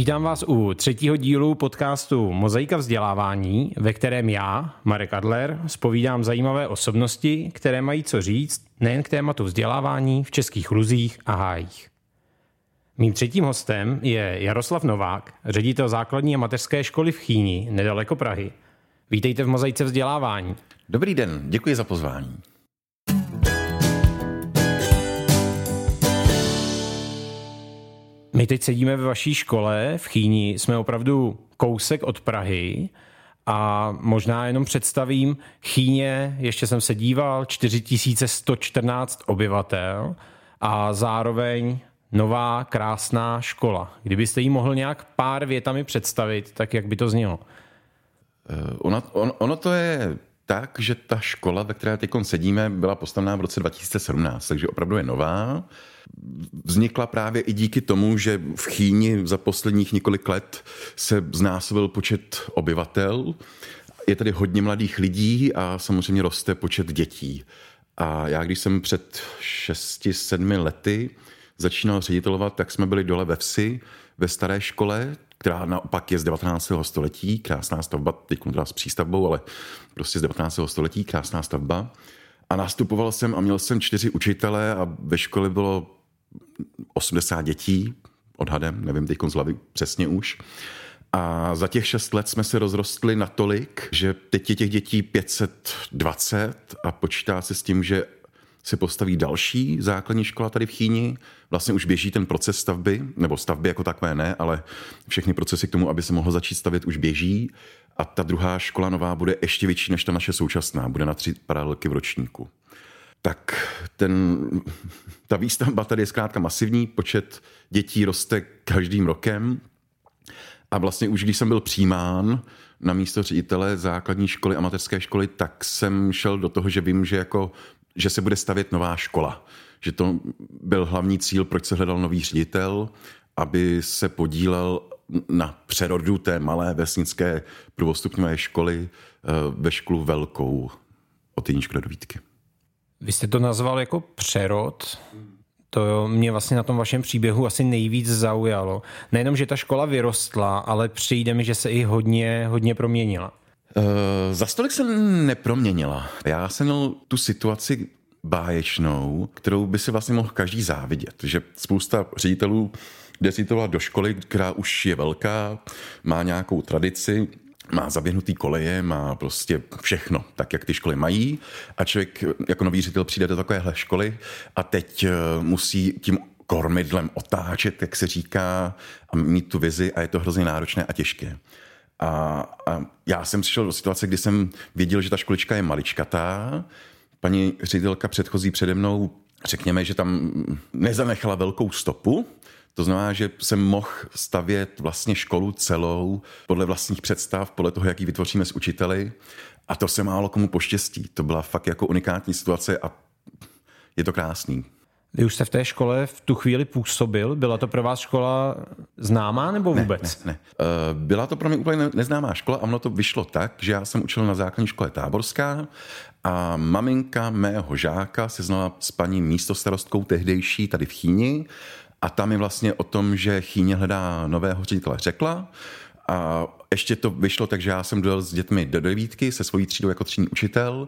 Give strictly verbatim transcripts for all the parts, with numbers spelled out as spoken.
Vítám vás u třetího dílu podcastu Mozaika vzdělávání, ve kterém já, Marek Adler, zpovídám zajímavé osobnosti, které mají co říct nejen k tématu vzdělávání v Českých Luzích a Hájích. Mým třetím hostem je Jaroslav Novák, ředitel základní a mateřské školy v Chýni, nedaleko Prahy. Vítejte v Mozaice vzdělávání. Dobrý den, děkuji za pozvání. My teď sedíme ve vaší škole v Chýni, jsme opravdu kousek od Prahy a možná jenom představím Chýně, ještě jsem se díval, čtyři tisíce sto čtrnáct obyvatel a zároveň nová krásná škola. Kdybyste ji mohl nějak pár větami představit, tak jak by to znělo? Ono, on, ono to je tak, že ta škola, ve které teď sedíme, byla postavená v roce dva tisíce sedmnáct, takže opravdu je nová. Vznikla právě i díky tomu, že v Chýni za posledních několik let se znásobil počet obyvatel. Je tady hodně mladých lidí a samozřejmě roste počet dětí. A já, když jsem před šesti, sedmi lety začínal ředitelovat, tak jsme byli dole ve vsi, ve staré škole, která naopak je z devatenáctého století, krásná stavba, teď teda s přístavbou, ale prostě z devatenáctého století, krásná stavba. A nastupoval jsem a měl jsem čtyři učitele a ve škole bylo osmdesát dětí, odhadem, nevím teď z hlavy přesně už. A za těch šest let jsme se rozrostli natolik, že teď je těch dětí pět set dvacet a počítá se s tím, že se postaví další základní škola tady v Chýni. Vlastně už běží ten proces stavby, nebo stavby jako takové ne, ale všechny procesy k tomu, aby se mohlo začít stavět, už běží. A ta druhá škola nová bude ještě větší než ta naše současná. Bude na tři paralelky v ročníku. Tak ten, ta výstavba tady je zkrátka masivní, počet dětí roste každým rokem. A vlastně už když jsem byl přijímán na místo ředitele základní školy a mateřské školy, tak jsem šel do toho, že vím, že jako že se bude stavět nová škola. Že to byl hlavní cíl, proč se hledal nový ředitel, aby se podílel na přerodu té malé vesnické prvostupňové školy ve školu velkou od Jeníčka do Vítky. Vy jste to nazval jako přerod. To mě vlastně na tom vašem příběhu asi nejvíc zaujalo. Nejenom, že ta škola vyrostla, ale přijde mi, že se i hodně, hodně proměnila. Uh, za stolik se neproměnila. Já jsem měl tu situaci báječnou, kterou by si vlastně mohl každý závidět. Že spousta ředitelů jde ředitelovat do školy, která už je velká, má nějakou tradici, má zaběhnutý koleje, má prostě všechno, tak jak ty školy mají. A člověk jako nový ředitel přijde do takovéhle školy a teď musí tím kormidlem otáčet, jak se říká, a mít tu vizi a je to hrozně náročné a těžké. A, a já jsem přišel do situace, kdy jsem věděl, že ta školička je maličkatá. Paní ředitelka předchozí přede mnou, řekněme, že tam nezanechala velkou stopu. To znamená, že jsem mohl stavět vlastně školu celou podle vlastních představ, podle toho, jak ji vytvoříme s učiteli. A to se málo komu poštěstí. To byla fakt jako unikátní situace a je to krásný. Vy už jste v té škole v tu chvíli působil? Byla to pro vás škola známá nebo vůbec? Ne, ne, ne. Byla to pro mě úplně neznámá škola a ono to vyšlo tak, že já jsem učil na základní škole Táborská a maminka mého žáka se znala s paní místostarostkou tehdejší tady v Chýni a tam mi vlastně o tom, že Chýně hledá nového ředitele řekla. A ještě to vyšlo tak, že já jsem dojel s dětmi do devítky se svojí třídou jako třídní učitel.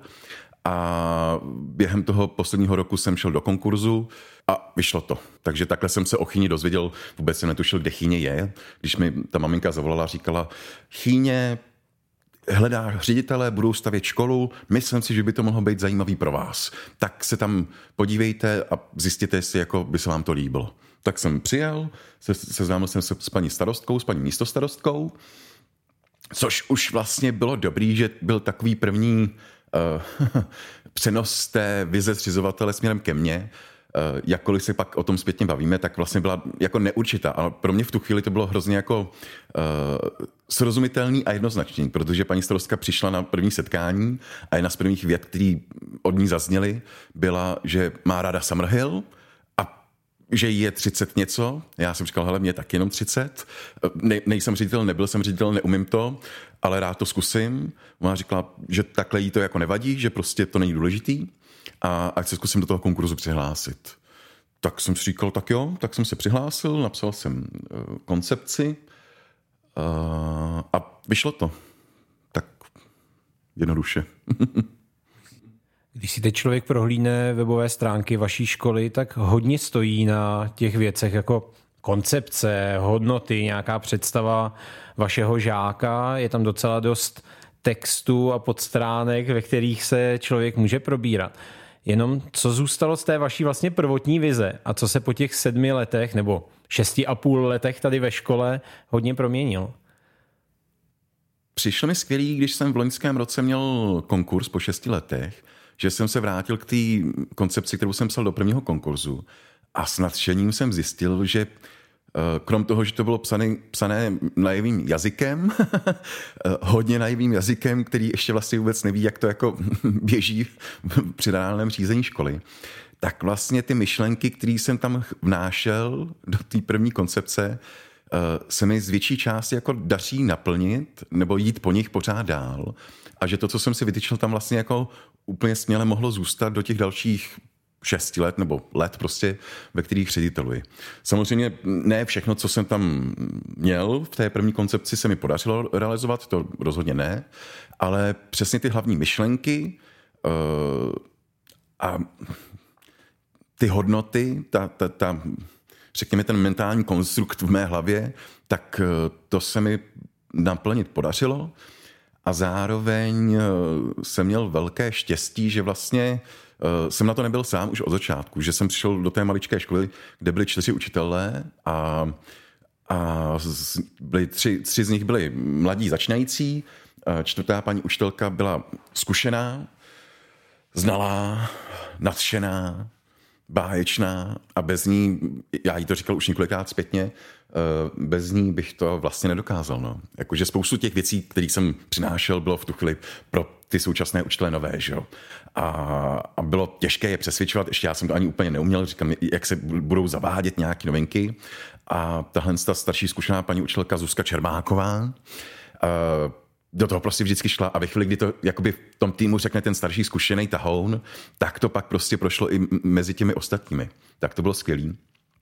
A během toho posledního roku jsem šel do konkurzu a vyšlo to. Takže takhle jsem se o Chýni dozvěděl, vůbec jsem netušil, kde Chýně je. Když mi ta maminka zavolala a říkala, Chýně hledá ředitele, budou stavět školu, myslím si, že by to mohlo být zajímavý pro vás. Tak se tam podívejte a zjistěte, jestli jako by se vám to líbilo. Tak jsem přijel, se, seznámil jsem se s paní starostkou, s paní místostarostkou, což už vlastně bylo dobrý, že byl takový první Uh, přenos té vize zřizovatele směrem ke mně, uh, jakkoliv se pak o tom zpětně bavíme, tak vlastně byla jako neurčitá. Ale pro mě v tu chvíli to bylo hrozně jako uh, srozumitelný a jednoznačný, protože paní starostka přišla na první setkání a jedna z prvních vět, které od ní zazněly, byla, že má ráda Summer Hill a že jí je třicet něco. Já jsem říkal, hele, mě tak jenom třicet. Ne, nejsem ředitel, nebyl jsem ředitel, neumím to, ale rád to zkusím. Ona říkala, že takhle jí to jako nevadí, že prostě to není důležitý a ať se zkusím do toho konkurzu přihlásit. Tak jsem si říkal, tak jo, tak jsem se přihlásil, napsal jsem koncepci a vyšlo to. Tak jednoduše. Když si teď člověk prohlídne webové stránky vaší školy, tak hodně stojí na těch věcech jako koncepce, hodnoty, nějaká představa vašeho žáka. Je tam docela dost textů a podstránek, ve kterých se člověk může probírat. Jenom co zůstalo z té vaší vlastně prvotní vize a co se po těch sedmi letech nebo šesti a půl letech tady ve škole hodně proměnilo? Přišlo mi skvělý, když jsem v loňském roce měl konkurs po šesti letech, že jsem se vrátil k té koncepci, kterou jsem psal do prvního konkurzu a s nadšením jsem zjistil, že krom toho, že to bylo psané, psané naivým jazykem, hodně naivým jazykem, který ještě vlastně vůbec neví, jak to jako běží při reálném řízení školy, tak vlastně ty myšlenky, které jsem tam vnášel do té první koncepce, se mi z větší části jako daří naplnit nebo jít po nich pořád dál. A že to, co jsem si vytyčil, tam vlastně jako úplně směle mohlo zůstat do těch dalších šesti let nebo let prostě, ve kterých řediteluji. Samozřejmě ne všechno, co jsem tam měl v té první koncepci, se mi podařilo realizovat, to rozhodně ne, ale přesně ty hlavní myšlenky uh, a ty hodnoty, ta, ta, ta, řekněme ten mentální konstrukt v mé hlavě, tak uh, to se mi naplnit podařilo a zároveň uh, jsem měl velké štěstí, že vlastně jsem na to nebyl sám už od začátku, že jsem přišel do té maličké školy, kde byli čtyři učitelé a, a byli tři, tři z nich byli mladí začínající, čtvrtá paní učitelka byla zkušená, znalá, nadšená, báječná a bez ní, já jí to říkal už několikrát zpětně, bez ní bych to vlastně nedokázal. No. Jakože spoustu těch věcí, které jsem přinášel, bylo v tu chvíli pro ty současné učitele nové. Že? A, a bylo těžké je přesvědčovat, ještě já jsem to ani úplně neuměl, říkám, jak se budou zavádět nějaké novinky. A tahle ta starší zkušená paní učitelka Zuzka Čermáková do toho prostě vždycky šla a ve chvíli, kdy to jakoby v tom týmu řekne ten starší zkušený tahoun, tak to pak prostě prošlo i mezi těmi ostatními. Tak to bylo skvělý.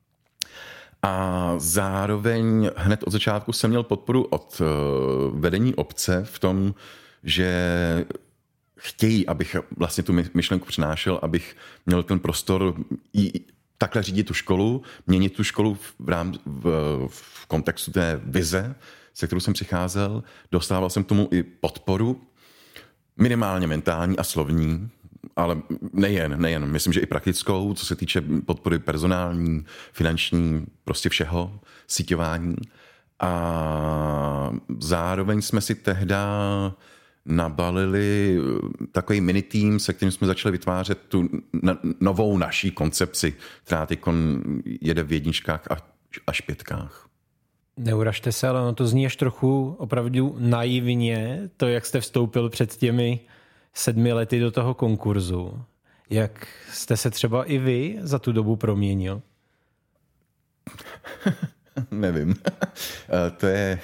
A zároveň hned od začátku jsem měl podporu od vedení obce v tom, že chtějí, abych vlastně tu myšlenku přinášel, abych měl ten prostor i takhle řídit tu školu, měnit tu školu v, rám, v, v kontextu té vize, se kterou jsem přicházel. Dostával jsem k tomu i podporu, minimálně mentální a slovní, ale nejen, nejen. Myslím, že i praktickou, co se týče podpory personální, finanční, prostě všeho, síťování. A zároveň jsme si tehda nabalili takový mini tým, se kterým jsme začali vytvářet tu novou naší koncepci, která teď jede v jedničkách až pětkách. Neuražte se, ale ono to zní až trochu opravdu naivně, to, jak jste vstoupil před těmi sedmi lety do toho konkurzu. Jak jste se třeba i vy za tu dobu proměnil? Nevím. To je...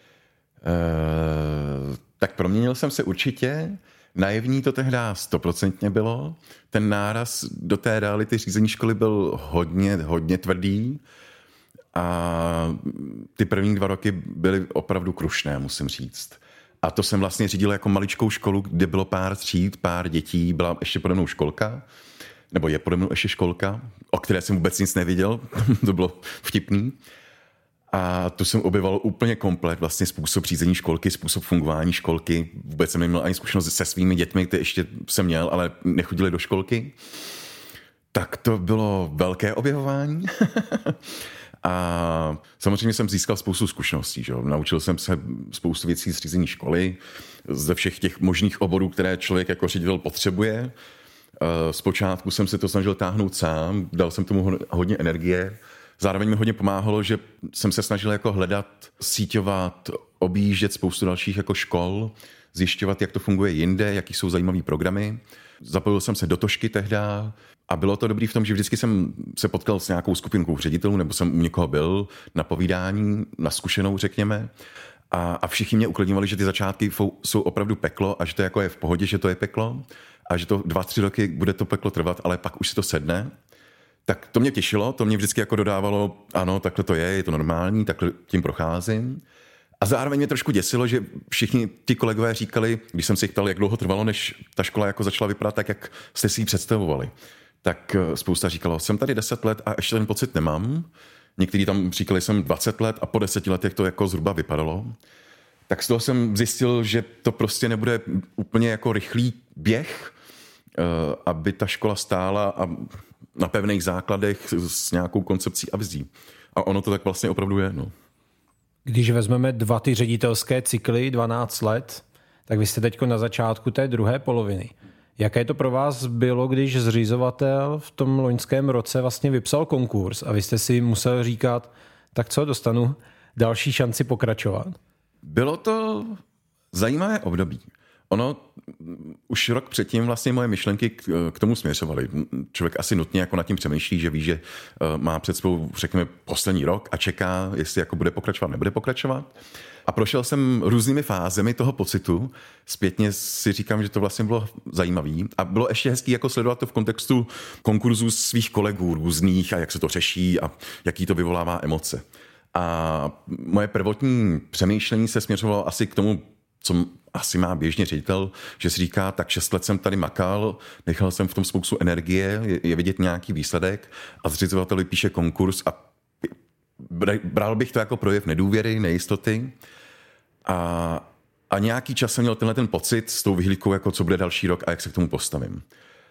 Tak proměnil jsem se určitě. Naivní to tehdy stoprocentně bylo. Ten náraz do té reality řízení školy byl hodně, hodně tvrdý. A ty první dva roky byly opravdu krušné, musím říct. A to jsem vlastně řídil jako maličkou školu, kde bylo pár tříd, pár dětí, byla ještě pode mnou školka, nebo je pode mnou ještě školka, o které jsem vůbec nic neviděl, to bylo vtipný. A to jsem objeval úplně komplet, vlastně způsob řízení školky, způsob fungování školky. Vůbec jsem neměl ani zkušenost se svými dětmi, které ještě jsem měl, ale nechodili do školky. Tak to bylo velké objevování. A samozřejmě jsem získal spoustu zkušeností. Že? Naučil jsem se spoustu věcí z řízení školy, ze všech těch možných oborů, které člověk jako ředitel potřebuje. Zpočátku jsem se to snažil táhnout sám, dal jsem tomu hodně energie. Zároveň mi hodně pomáhalo, že jsem se snažil jako hledat, síťovat, objíždět spoustu dalších jako škol, zjišťovat, jak to funguje jinde, jaký jsou zajímavé programy. Zapojil jsem se do Tošky tehda a bylo to dobrý v tom, že vždycky jsem se potkal s nějakou skupinkou ředitelů nebo jsem u někoho byl na povídání, na zkušenou řekněme. A, a všichni mě uklidňovali, že ty začátky jsou opravdu peklo a že to jako je v pohodě, že to je peklo a že to dva, tři roky bude to peklo trvat, ale pak už si to sedne. Tak to mě těšilo, to mě vždycky jako dodávalo, ano, takhle to je, je to normální, takhle tím procházím. A zároveň mě trošku děsilo, že všichni ti kolegové říkali, když jsem si jich ptal, jak dlouho trvalo, než ta škola jako začala vypadat tak, jak jste si ji představovali. Tak spousta říkalo, jsem tady deset let a ještě ten pocit nemám. Někteří tam říkali, jsem dvacet let a po deseti letech to jako zhruba vypadalo. Tak z toho jsem zjistil, že to prostě nebude úplně jako rychlý běh, aby ta škola stála a na pevných základech s nějakou koncepcí a vizí. A ono to tak vlastně opravdu je. No. Když vezmeme dva ty ředitelské cykly, dvanáct let, tak vy jste teď na začátku té druhé poloviny. Jaké to pro vás bylo, když zřizovatel v tom loňském roce vlastně vypsal konkurs a vy jste si musel říkat, tak co, dostanu další šanci pokračovat? Bylo to zajímavé období. Ono už rok předtím vlastně moje myšlenky k, k tomu směřovaly. Člověk asi nutně jako nad tím přemýšlí, že ví, že má před sebou, řekněme, poslední rok a čeká, jestli jako bude pokračovat, nebude pokračovat. A prošel jsem různými fázemi toho pocitu. Zpětně si říkám, že to vlastně bylo zajímavý. A bylo ještě hezký jako sledovat to v kontextu konkurzů svých kolegů různých a jak se to řeší a jaký to vyvolává emoce. A moje prvotní přemýšlení se směřovalo asi k tomu, co asi má běžně ředitel, že si říká, tak šest let jsem tady makal, nechal jsem v tom spoustu energie, je, je vidět nějaký výsledek a zřizovatel vypíše konkurs a bral bych to jako projev nedůvěry, nejistoty a, a nějaký čas jsem měl tenhle ten pocit s tou vyhlídkou, jako co bude další rok a jak se k tomu postavím.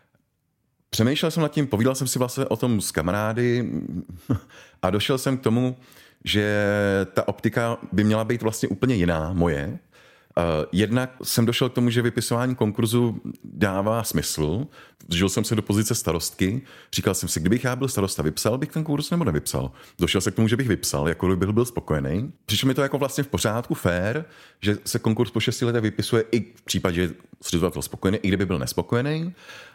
Přemýšlel jsem nad tím, povídal jsem si vlastně o tom s kamarády a došel jsem k tomu, že ta optika by měla být vlastně úplně jiná, moje. Jednak jsem došel k tomu, že vypisování konkurzu dává smysl. Žil jsem se do pozice starostky. Říkal jsem si, kdybych já byl starosta, vypsal bych ten kurz nebo nevypsal. Došel jsem k tomu, že bych vypsal, jako kdybych byl spokojený. Přišlo mi to jako vlastně v pořádku fair, že se konkurs po šesti letech vypisuje i v případě, že je zřizovatel spokojený, i kdyby byl nespokojený.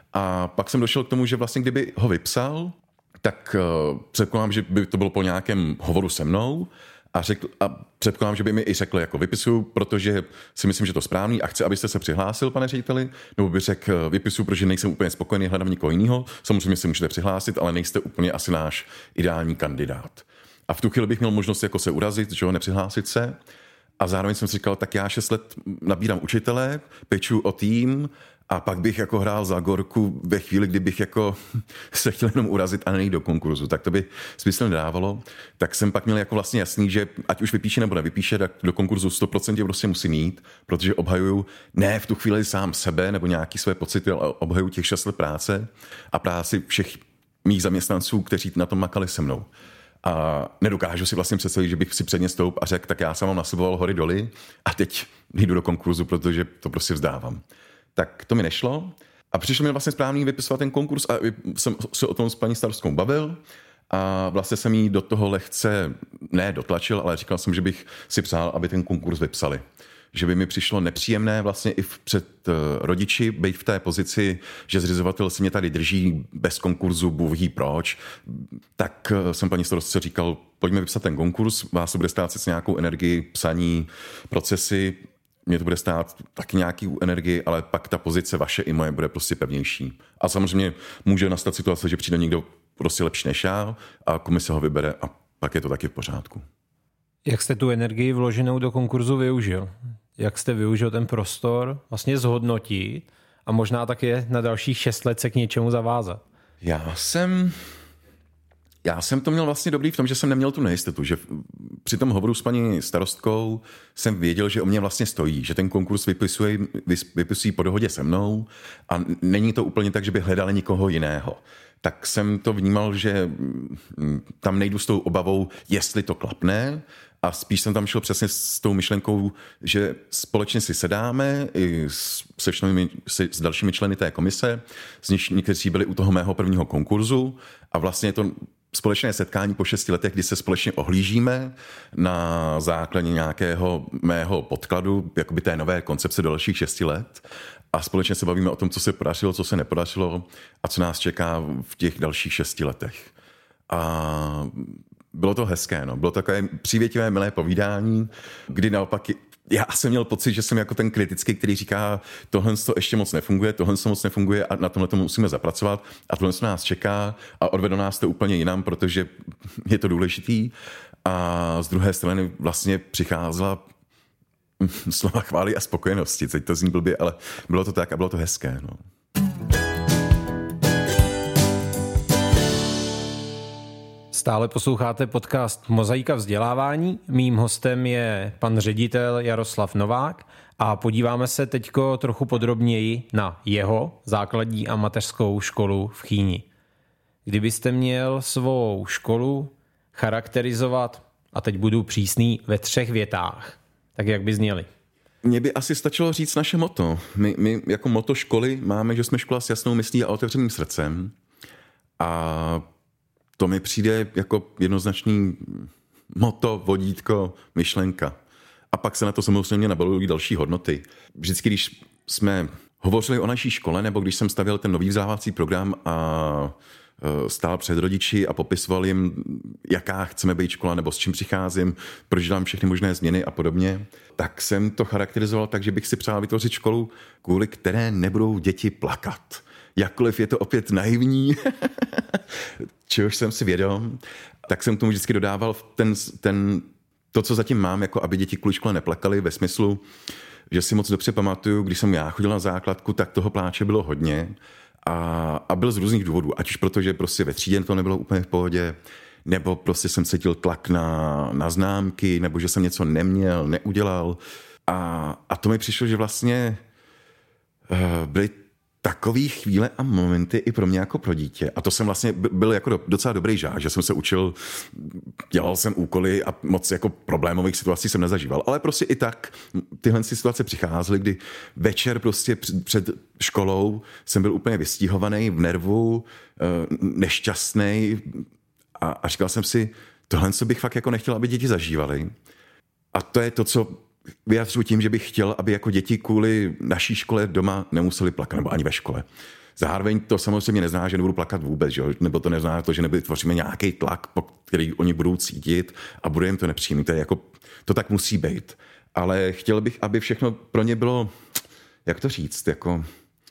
A pak jsem došel k tomu, že vlastně kdyby ho vypsal, tak uh, předpokládám, že by to bylo po nějakém hovoru se mnou a, řekl, a předpokládám, že by mi i řekl, jako vypisuju, protože si myslím, že to správný a chci, abyste se přihlásil, pane řediteli, nebo by řekl, vypisuju, protože nejsem úplně spokojený, hledám někoho jiného. Samozřejmě si můžete přihlásit, ale nejste úplně asi náš ideální kandidát. A v tu chvíli bych měl možnost jako se urazit, že ho nepřihlásit se. A zároveň jsem si říkal, tak já šest let nabírám učitele, peču o tým, a pak bych jako hrál za gorku ve chvíli, kdybych jako se chtěl jenom urazit a nejít do konkurzu. Tak to by smysl nedávalo. Tak jsem pak měl jako vlastně jasný, že ať už vypíše nebo nevypíše, tak do konkurzu sto procent prostě musím jít, protože obhajuju ne v tu chvíli sám sebe nebo nějaký své pocity, ale obhajuju těch šest let práce a práci všech mých zaměstnanců, kteří na tom makali se mnou. A nedokážu si vlastně představit, že bych si předně stoup a řekl, tak já jsem vám nasliboval hory doly a teď jdu do konkurzu, protože to prostě vzdávám. Tak to mi nešlo a přišlo mi vlastně správný vypisovat ten konkurs a jsem se o tom s paní starostkou bavil a vlastně jsem jí do toho lehce ne dotlačil, ale říkal jsem, že bych si přál, aby ten konkurs vypsali. Že by mi přišlo nepříjemné vlastně i před rodiči být v té pozici, že zřizovatel si mě tady drží bez konkurzu, Bůh ví proč. Tak jsem paní starostce říkal, pojďme vypsat ten konkurs, vás to bude stát s nějakou energii, psaní, procesy, mě to bude stát taky nějaký energii, ale pak ta pozice vaše i moje bude prostě pevnější. A samozřejmě může nastat situace, že přijde někdo prostě lepší než já a komise ho vybere a pak je to taky v pořádku. Jak jste tu energii vloženou do konkurzu využil? Jak jste využil ten prostor vlastně zhodnotit a možná také na dalších šest let se k něčemu zavázat? Já jsem... Já jsem to měl vlastně dobrý v tom, že jsem neměl tu nejistotu, že při tom hovoru s paní starostkou jsem věděl, že o mě vlastně stojí, že ten konkurs vypisuje, vypisují po dohodě se mnou a není to úplně tak, že by hledali nikoho jiného. Tak jsem to vnímal, že tam nejdu s tou obavou, jestli to klapne, a spíš jsem tam šel přesně s tou myšlenkou, že společně si sedáme i se členmi, se, s dalšími členy té komise, z nich někteří byli u toho mého prvního konkurzu a vlastně je to společné setkání po šesti letech, kdy se společně ohlížíme na základě nějakého mého podkladu, jakoby té nové koncepce do dalších šesti let a společně se bavíme o tom, co se podařilo, co se nepodařilo a co nás čeká v těch dalších šesti letech. A bylo to hezké, no. Bylo to takové přívětivé, milé povídání, kdy naopak já jsem měl pocit, že jsem jako ten kritický, který říká, tohle to ještě moc nefunguje, tohle to moc nefunguje a na tomhle to musíme zapracovat a tohle to nás čeká a odvedlo nás to úplně jinam, protože je to důležitý. A z druhé strany vlastně přicházela slova chvály a spokojenosti. Teď to zní blbě, ale bylo to tak a bylo to hezké. No. Stále posloucháte podcast Mozaika vzdělávání. Mým hostem je pan ředitel Jaroslav Novák a podíváme se teďko trochu podrobněji na jeho základní a mateřskou školu v Chýni. Kdybyste měl svou školu charakterizovat, a teď budu přísný, ve třech větách, tak jak by zněly? Mně by asi stačilo říct naše motto. My, my jako motto školy máme, že jsme škola s jasnou myslí a otevřeným srdcem. A to mi přijde jako jednoznačný motto, vodítko, myšlenka. A pak se na to samozřejmě nabalují další hodnoty. Vždycky, když jsme hovořili o naší škole, nebo když jsem stavěl ten nový vzdělávací program a stál před rodiči a popisoval jim, jaká chceme být škola, nebo s čím přicházím, proč dělám všechny možné změny a podobně, tak jsem to charakterizoval tak, že bych si přál vytvořit školu, kvůli které nebudou děti plakat. Jakkoliv je to opět naivní, čehož jsem si vědom, tak jsem tomu vždycky dodával ten, ten, to, co zatím mám, jako aby děti kvůli škole neplakaly, ve smyslu, že si moc dobře pamatuju, když jsem já chodil na základku, tak toho pláče bylo hodně a, a byl z různých důvodů, ať už proto, že prostě ve třídě to nebylo úplně v pohodě, nebo prostě jsem cítil tlak na, na známky, nebo že jsem něco neměl, neudělal. A, a to mi přišlo, že vlastně uh, byly takový chvíle a momenty i pro mě jako pro dítě. A to jsem vlastně byl jako docela dobrý žák, že jsem se učil, dělal jsem úkoly a moc jako problémových situací jsem nezažíval. Ale prostě i tak tyhle situace přicházely, kdy večer prostě před školou jsem byl úplně vystíhovaný, v nervu, nešťastný a, a říkal jsem si, tohle co bych fakt jako nechtěl, aby děti zažívali. A to je to, co vyjadřuji tím, že bych chtěl, aby jako děti kvůli naší škole doma nemuseli plakat, nebo ani ve škole. Zároveň to samozřejmě neznamená, že nebudu plakat vůbec, že? Nebo to neznamená to, že nevytvoříme nějaký tlak, který oni budou cítit a bude jim to nepříjemný. To, je jako, to tak musí být. Ale chtěl bych, aby všechno pro ně bylo, jak to říct, jako uh,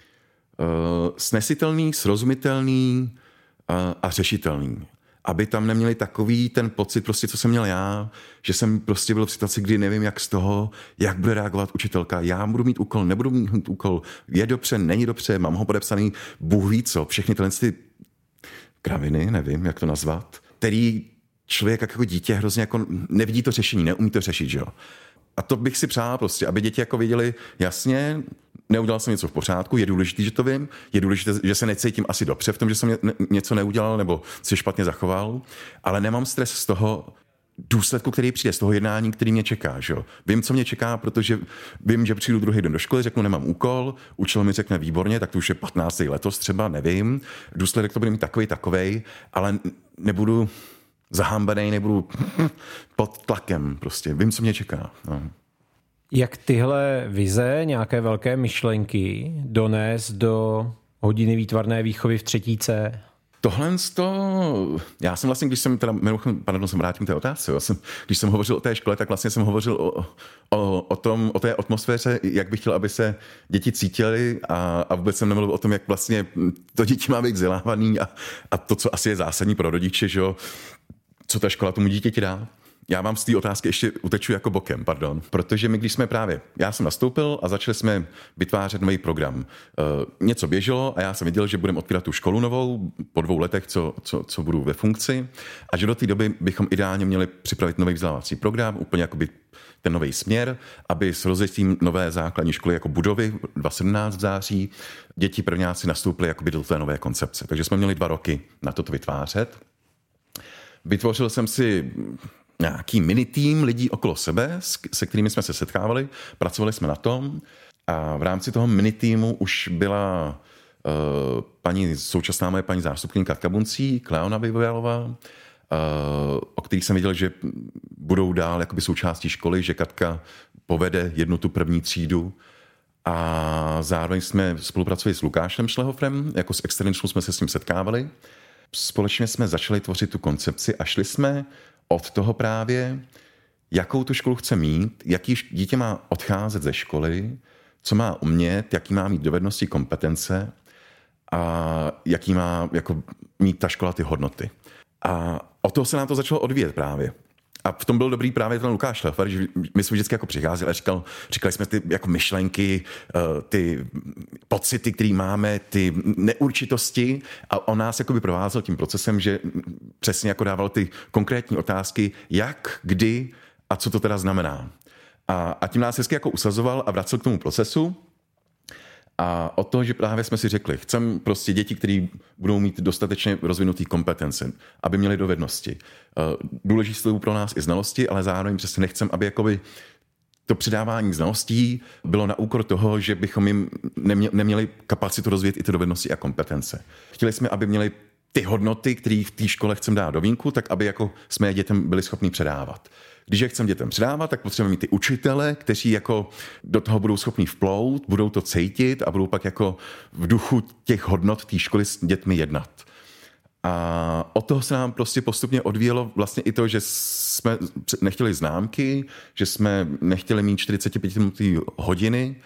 snesitelný, srozumitelný uh, a řešitelný. Aby tam neměli takový ten pocit, prostě, co jsem měl já, že jsem prostě byl v situaci, kdy nevím, jak z toho, jak bude reagovat učitelka. Já budu mít úkol, nebudu mít úkol, je dobře, není dobře, mám ho podepsaný, Bůh ví co, všechny tyhle ty kraviny, nevím, jak to nazvat, který člověk jako dítě hrozně jako nevidí to řešení, neumí to řešit, že jo. A to bych si přál prostě, aby děti jako věděli, jasně, neudělal jsem něco v pořádku, je důležité, že to vím, je důležité, že se necítím asi dobře v tom, že jsem něco neudělal nebo se špatně zachoval, ale nemám stres z toho důsledku, který přijde, z toho jednání, který mě čeká. Že? Vím, co mě čeká, protože vím, že přijdu druhý den do školy, řeknu, nemám úkol, učitel mi řekne výborně, tak to už je patnáctý letos třeba, nevím, důsledek to bude mít takovej, takovej, ale nebudu zahambenej, nebudu pod tlakem prostě. Vím, co mě čeká. No. Jak tyhle vize, nějaké velké myšlenky donést do hodiny výtvarné výchovy v třetí C? Tohle to, já jsem vlastně, když jsem teda, pardon, jsem vrátím té otázce, já jsem, když jsem hovořil o té škole, tak vlastně jsem hovořil o, o, o, tom, o té atmosféře, jak bych chtěl, aby se děti cítily a, a vůbec jsem nemluvil o tom, jak vlastně to děti má být vzdělávaný a, a to, co asi je zásadní pro rodiče, že jo, co ta škola tomu dítěti dá. Já vám z té otázky ještě uteču jako bokem, pardon, protože my, když jsme právě, já jsem nastoupil a začali jsme vytvářet nový program. E, něco běželo a já jsem viděl, že budeme otvírat tu školu novou po dvou letech, co, co, co budu ve funkci a že do té doby bychom ideálně měli připravit nový vzdělávací program, úplně jakoby ten nový směr, aby s rozjetím nové základní školy jako budovy dva tisíce sedmnáct v září děti prvňáci nastoupili jakoby do té nové koncepce. Takže jsme měli dva roky na toto vytvářet. Vytvořil jsem si nějaký mini tým lidí okolo sebe, se kterými jsme se setkávali, pracovali jsme na tom a v rámci toho mini týmu už byla uh, paní, současná moje paní zástupkyně Katka Buncí, Kleona Vyvojalová, uh, o kterých jsem viděl, že budou dál jakoby součástí školy, že Katka povede jednu tu první třídu a zároveň jsme spolupracovali s Lukášem Šlehofrem, jako s externí školou jsme se s ním setkávali. Společně jsme začali tvořit tu koncepci a šli jsme od toho právě, jakou tu školu chce mít, jaký dítě má odcházet ze školy, co má umět, jaký má mít dovednosti, kompetence a jaký má jako mít ta škola ty hodnoty. A od toho se nám to začalo odvíjet právě. A v tom byl dobrý právě ten Lukáš Šlefar, že my jsme vždycky jako přicházeli a říkal, říkali jsme ty jako myšlenky, ty pocity, které máme, ty neurčitosti a on nás jakoby provázel tím procesem, že přesně jako dával ty konkrétní otázky, jak, kdy a co to teda znamená. A, a tím nás hezky jako usazoval a vracel k tomu procesu. A od toho, že právě jsme si řekli, chceme prostě děti, které budou mít dostatečně rozvinutý kompetence, aby měly dovednosti. Důležité jsou pro nás i znalosti, ale zároveň přesně nechcem, aby jakoby to předávání znalostí bylo na úkor toho, že bychom jim neměli kapacitu rozvíjet i ty dovednosti a kompetence. Chtěli jsme, aby měli ty hodnoty, které v té škole chceme dát do vínku, tak aby jako jsme dětem byli schopni předávat. Když je chceme dětem předávat, tak potřebujeme mít ty učitele, kteří jako do toho budou schopni vplout, budou to cítit a budou pak jako v duchu těch hodnot té školy s dětmi jednat. A od toho se nám prostě postupně odvíjelo vlastně i to, že jsme nechtěli známky, že jsme nechtěli mít čtyřicetipětiminutové hodiny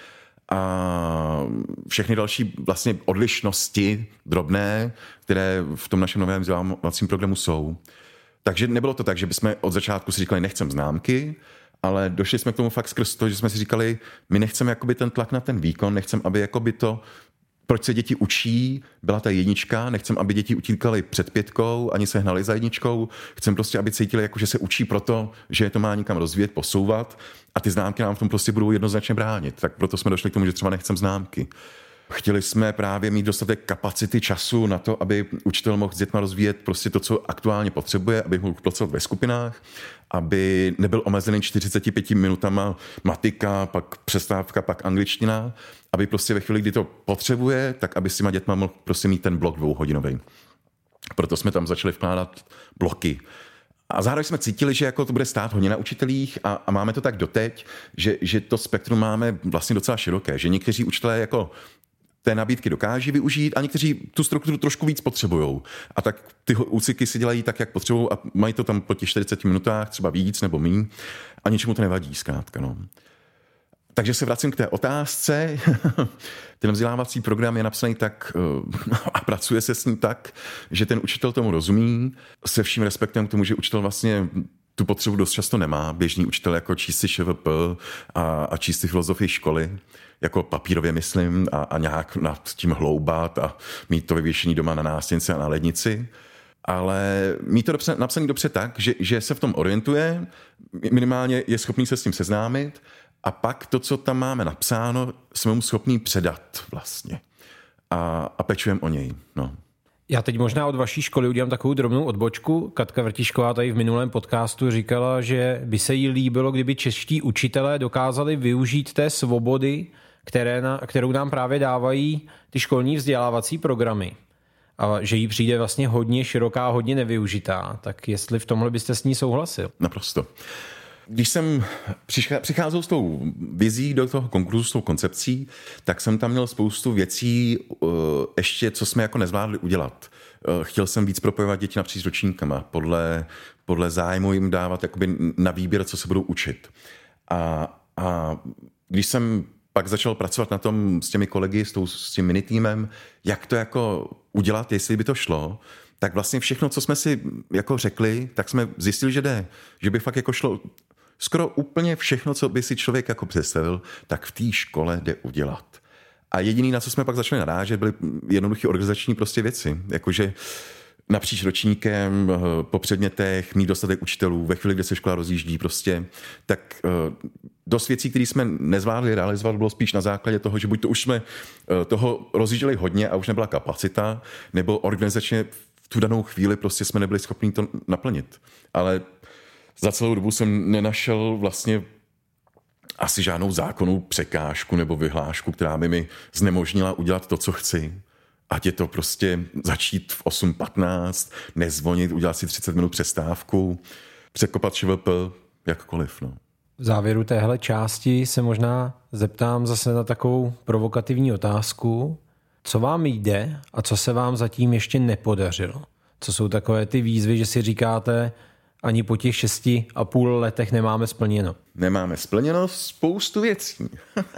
a všechny další vlastně odlišnosti drobné, které v tom našem novém vzdělávacím programu jsou. Takže nebylo to tak, že bychom od začátku si říkali, nechcem známky, ale došli jsme k tomu fakt skrz to, že jsme si říkali, my nechceme jakoby ten tlak na ten výkon, nechceme, aby jakoby to, proč se děti učí, byla ta jednička, nechceme, aby děti utíkaly před pětkou, ani se hnali za jedničkou, chceme prostě, aby cítili, jako, že se učí proto, že to má někam rozvíjet, posouvat a ty známky nám v tom prostě budou jednoznačně bránit. Tak proto jsme došli k tomu, že třeba nechceme známky. Chtěli jsme právě mít dostatek kapacity času na to, aby učitel mohl s dětma rozvíjet prostě to, co aktuálně potřebuje, aby mohl pracovat ve skupinách, aby nebyl omezený čtyřiceti pěti minutama matika, pak přestávka, pak angličtina, aby prostě ve chvíli, kdy to potřebuje, tak aby s těma dětma mohl prostě mít ten blok dvouhodinový. Proto jsme tam začali vkládat bloky. A zároveň jsme cítili, že jako to bude stát hodně na učitelích a, a máme to tak doteď, že, že to spektrum máme vlastně docela široké, že někteří učitelé jako té nabídky dokáží využít a někteří tu strukturu trošku víc potřebujou. A tak ty úseky si dělají tak, jak potřebují a mají to tam po těch čtyřiceti minutách, třeba víc nebo míň a ničemu to nevadí zkrátka. No. Takže se vracím k té otázce. Ten vzdělávací program je napsaný tak a pracuje se s ním tak, že ten učitel tomu rozumí, se vším respektem k tomu, že učitel vlastně tu potřebu dost často nemá. Běžný učitel jako číst si ŠVP a, a číst si filozofii školy, jako papírově myslím, a, a nějak nad tím hloubat a mít to vyvěšený doma na nástěnce a na lednici. Ale mít to dobře, napsaný dobře tak, že, že se v tom orientuje, minimálně je schopný se s tím seznámit a pak to, co tam máme napsáno, jsme mu schopní předat vlastně. A, a pečujeme o něj. No. Já teď možná od vaší školy udělám takovou drobnou odbočku. Katka Vrtišková tady v minulém podcastu říkala, že by se jí líbilo, kdyby čeští učitelé dokázali využít té svobody, které na, kterou nám právě dávají ty školní vzdělávací programy. A že jí přijde vlastně hodně široká, hodně nevyužitá. Tak jestli v tomhle byste s ní souhlasil? Naprosto. Když jsem přicházel s tou vizí do toho konkurzu, s tou koncepcí, tak jsem tam měl spoustu věcí ještě, co jsme jako nezvládli udělat. Chtěl jsem víc propojovat děti napříč ročníkama, podle, podle zájmu jim dávat jakoby na výběr, co se budou učit. A, a když jsem pak začal pracovat na tom s těmi kolegy, s, tou, s tím minitýmem, jak to jako udělat, jestli by to šlo, tak vlastně všechno, co jsme si jako řekli, tak jsme zjistili, že jde. Že by fakt jako šlo skoro úplně všechno, co by si člověk jako představil, tak v té škole jde udělat. A jediný, na co jsme pak začali narážet, byly jednoduché organizační prostě věci. Jakože napříč ročníkem, po předmětech, mít dostatek učitelů, ve chvíli, kdy se škola rozjíždí prostě, tak dost věcí, které jsme nezvládli realizovat, bylo spíš na základě toho, že buď to už jsme toho rozjížděli hodně a už nebyla kapacita, nebo organizačně v tu danou chvíli prostě jsme nebyli schopni to naplnit. Ale za celou dobu jsem nenašel vlastně asi žádnou zákonnou překážku nebo vyhlášku, která by mi znemožnila udělat to, co chci. Ať je to prostě začít v osm patnáct, nezvonit, udělat si třicet minut přestávku, překopat ŠVP, jakkoliv. No. V závěru téhle části se možná zeptám zase na takovou provokativní otázku. Co vám jde a co se vám zatím ještě nepodařilo? Co jsou takové ty výzvy, že si říkáte, ani po těch šesti a půl letech nemáme splněno? nemáme splněno spoustu věcí.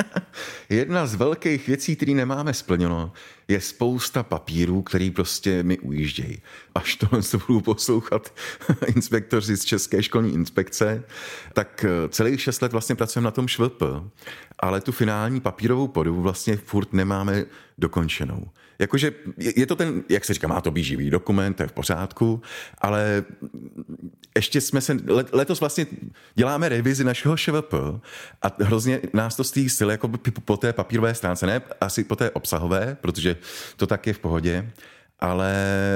Jedna z velkých věcí, které nemáme splněno, je spousta papírů, který prostě mi ujíždějí. Až tohle se budou poslouchat inspektoři z České školní inspekce, tak celých šest let vlastně pracujeme na tom ŠVP, ale tu finální papírovou podobu vlastně furt nemáme dokončenou. Jakože je to ten, jak se říká, má to být živý dokument, to je v pořádku, ale ještě jsme se, letos vlastně děláme revizi našeho ŠVP a hrozně nás to stojí styl jako po té papírové stránce, ne asi po té obsahové, protože to tak je v pohodě, ale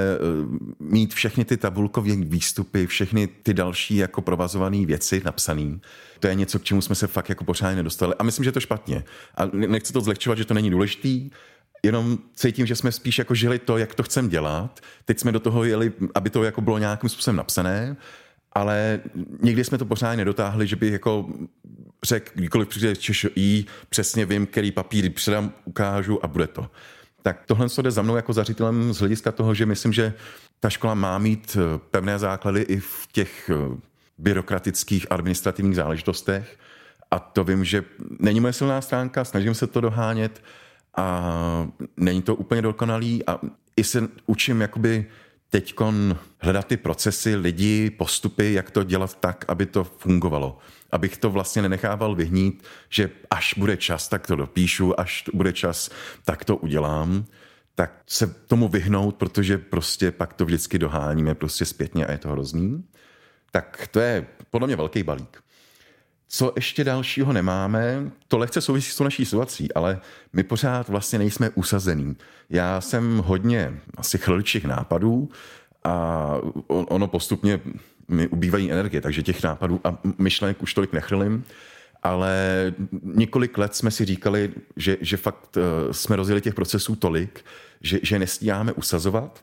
mít všechny ty tabulkové výstupy, všechny ty další jako provazované věci napsané, to je něco, k čemu jsme se fakt jako pořádně nedostali. A myslím, že je to špatně. A nechci to zlehčovat, že to není důležitý, jenom cítím, že jsme spíš jako žili to, jak to chceme dělat. Teď jsme do toho jeli, aby to jako bylo nějakým způsobem napsané, ale nikdy jsme to pořádně nedotáhli, že bych jako řekl, kdykoliv přijde ČŠI, přesně vím, který papír předám, ukážu a bude to. Tak tohle jde za mnou jako za ředitelem z hlediska toho, že myslím, že ta škola má mít pevné základy i v těch byrokratických administrativních záležitostech a to vím, že není moje silná stránka, snažím se to dohánět a není to úplně dokonalý a i se učím jakoby teďkon hledat ty procesy, lidi, postupy, jak to dělat tak, aby to fungovalo. Abych to vlastně nenechával vyhnít, že až bude čas, tak to dopíšu, až bude čas, tak to udělám. Tak se tomu vyhnout, protože prostě pak to vždycky doháníme prostě zpětně a je to hrozný. Tak to je podle mě velký balík. Co ještě dalšího nemáme, to lehce souvisí s tou naší situací, ale my pořád vlastně nejsme usazení. Já jsem hodně asi chrličích nápadů a ono postupně mi ubývají energie, takže těch nápadů a myšlenek už tolik nechrlím, ale několik let jsme si říkali, že, že fakt jsme rozjeli těch procesů tolik, že, že nestíháme usazovat.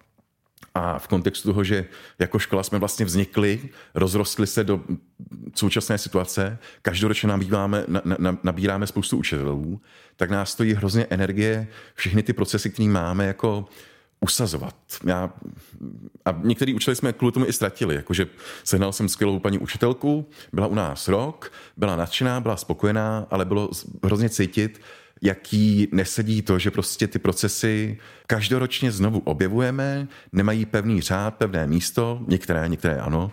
A v kontextu toho, že jako škola jsme vlastně vznikli, rozrostli se do současné situace, každoročně nabíráme, na, nabíráme spoustu učitelů, tak nás stojí hrozně energie všechny ty procesy, které máme, jako usazovat. Já, a některý učiteli jsme kvůli tomu i ztratili, jakože sehnal jsem skvělou paní učitelku, byla u nás rok, byla nadšená, byla spokojená, ale bylo hrozně cítit, jaký nesedí to, že prostě ty procesy každoročně znovu objevujeme, nemají pevný řád, pevné místo, některé, některé ano.